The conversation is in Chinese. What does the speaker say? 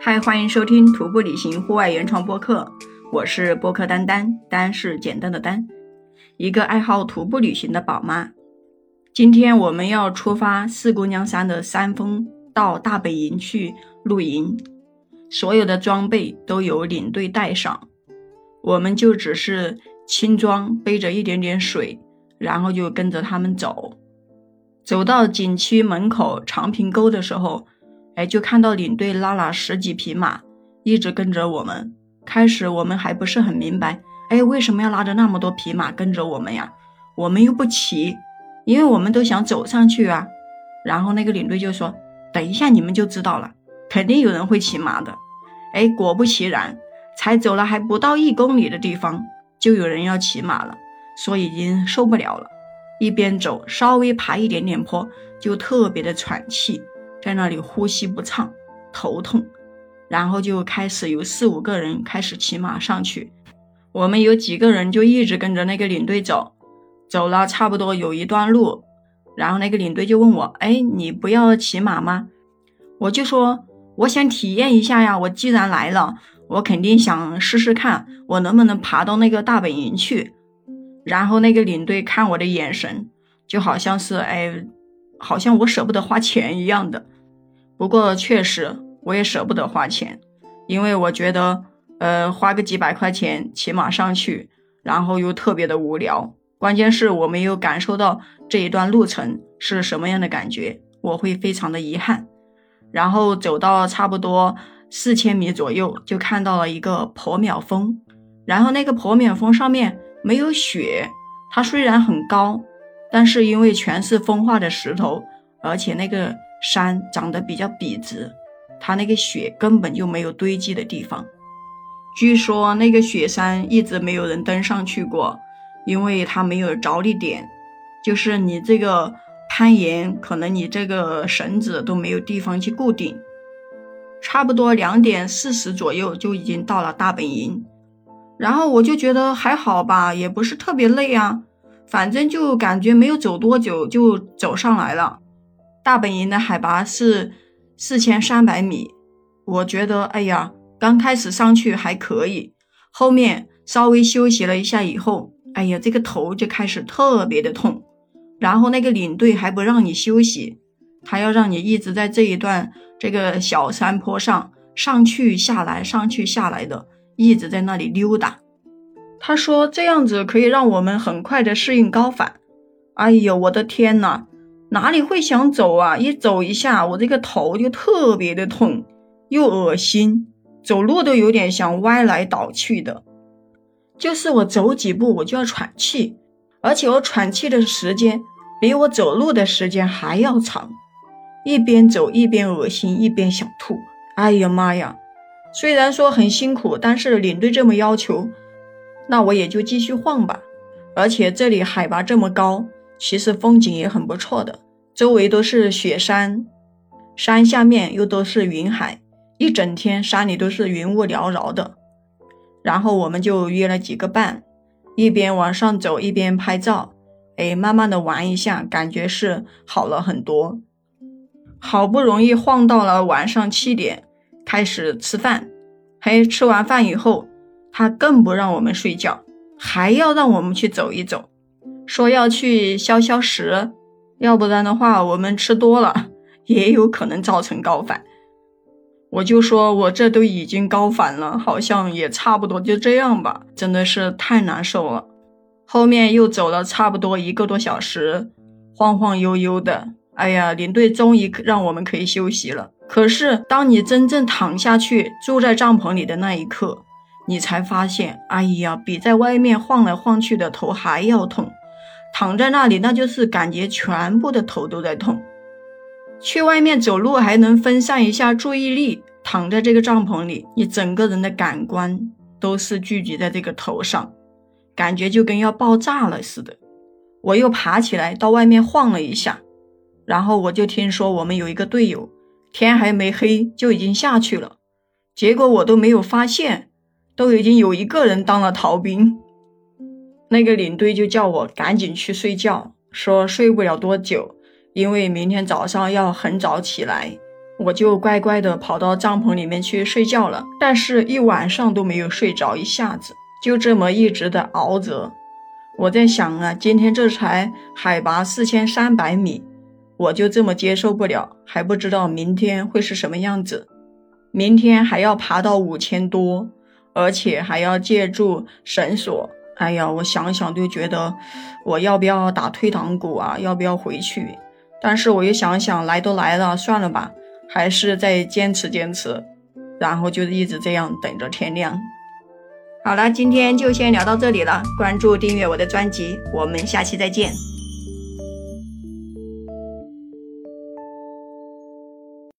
嗨，欢迎收听徒步旅行户外原创播客，我是播客丹丹，丹是简单的丹，一个爱好徒步旅行的宝妈。今天我们要出发四姑娘山的山峰到大本营去露营，所有的装备都由领队带上，我们就只是轻装，背着一点点水，然后就跟着他们走。走到景区门口长坪沟的时候，就看到领队拉了10几匹马一直跟着我们。开始我们还不是很明白，为什么要拉着那么多匹马跟着我们呀？我们又不骑，因为我们都想走上去啊。然后那个领队就说，等一下你们就知道了，肯定有人会骑马的。果不其然，才走了还不到1公里的地方就有人要骑马了，所以已经受不了了。一边走稍微爬一点点坡就特别的喘气，在那里呼吸不畅，头痛，然后就开始有4、5个人开始骑马上去。我们有几个人就一直跟着那个领队走，走了差不多有一段路，然后那个领队就问我，你不要骑马吗？我就说我想体验一下呀，我既然来了，我肯定想试试看我能不能爬到那个大本营去。然后那个领队看我的眼神就好像是好像我舍不得花钱一样的。不过确实我也舍不得花钱，因为我觉得花个几百块钱骑马上去，然后又特别的无聊，关键是我没有感受到这一段路程是什么样的感觉，我会非常的遗憾。然后走到差不多4000米左右，就看到了一个婆苗峰，然后那个婆苗峰上面没有雪，它虽然很高，但是因为全是风化的石头，而且那个山长得比较笔直，它那个雪根本就没有堆积的地方。据说那个雪山一直没有人登上去过，因为它没有着力点，就是你这个攀岩可能你这个绳子都没有地方去固定。差不多2点40左右就已经到了大本营，然后我就觉得还好吧，也不是特别累啊，反正就感觉没有走多久就走上来了。大本营的海拔是4300米，我觉得刚开始上去还可以，后面稍微休息了一下以后，这个头就开始特别的痛，然后那个领队还不让你休息，他要让你一直在这一段这个小山坡上上去下来上去下来的，一直在那里溜达。他说这样子可以让我们很快的适应高反。我的天哪，哪里会想走啊，一走一下我这个头就特别的痛，又恶心，走路都有点想歪来倒去的，就是我走几步我就要喘气，而且我喘气的时间比我走路的时间还要长，一边走一边恶心一边想吐。妈呀，虽然说很辛苦，但是领队这么要求，那我也就继续晃吧。而且这里海拔这么高，其实风景也很不错的，周围都是雪山，山下面又都是云海，一整天山里都是云雾缭绕的。然后我们就约了几个伴，一边往上走一边拍照，慢慢的玩一下，感觉是好了很多。好不容易晃到了晚上7点开始吃饭，吃完饭以后他更不让我们睡觉，还要让我们去走一走，说要去消消食，要不然的话我们吃多了也有可能造成高反。我就说我这都已经高反了，好像也差不多就这样吧，真的是太难受了。后面又走了差不多1个多小时，晃晃悠悠的，领队终于让我们可以休息了。可是当你真正躺下去住在帐篷里的那一刻，你才发现比在外面晃来晃去的头还要痛。躺在那里那就是感觉全部的头都在痛。去外面走路还能分散一下注意力，躺在这个帐篷里，你整个人的感官都是聚集在这个头上，感觉就跟要爆炸了似的。我又爬起来到外面晃了一下，然后我就听说我们有一个队友天还没黑就已经下去了，结果我都没有发现，都已经有1个人当了逃兵。那个领队就叫我赶紧去睡觉，说睡不了多久，因为明天早上要很早起来。 我就乖乖的跑到帐篷里面去睡觉了，但是一晚上都没有睡着一下子，就这么一直的熬着。我在想啊，今天这才海拔4300米，我就这么接受不了，还不知道明天会是什么样子。明天还要爬到5000多，而且还要借助绳索。哎呀，我想想就觉得我要不要打退堂鼓啊，要不要回去？但是我又想想，来都来了，算了吧，还是再坚持坚持，然后就一直这样等着天亮。好了，今天就先聊到这里了，关注订阅我的专辑，我们下期再见。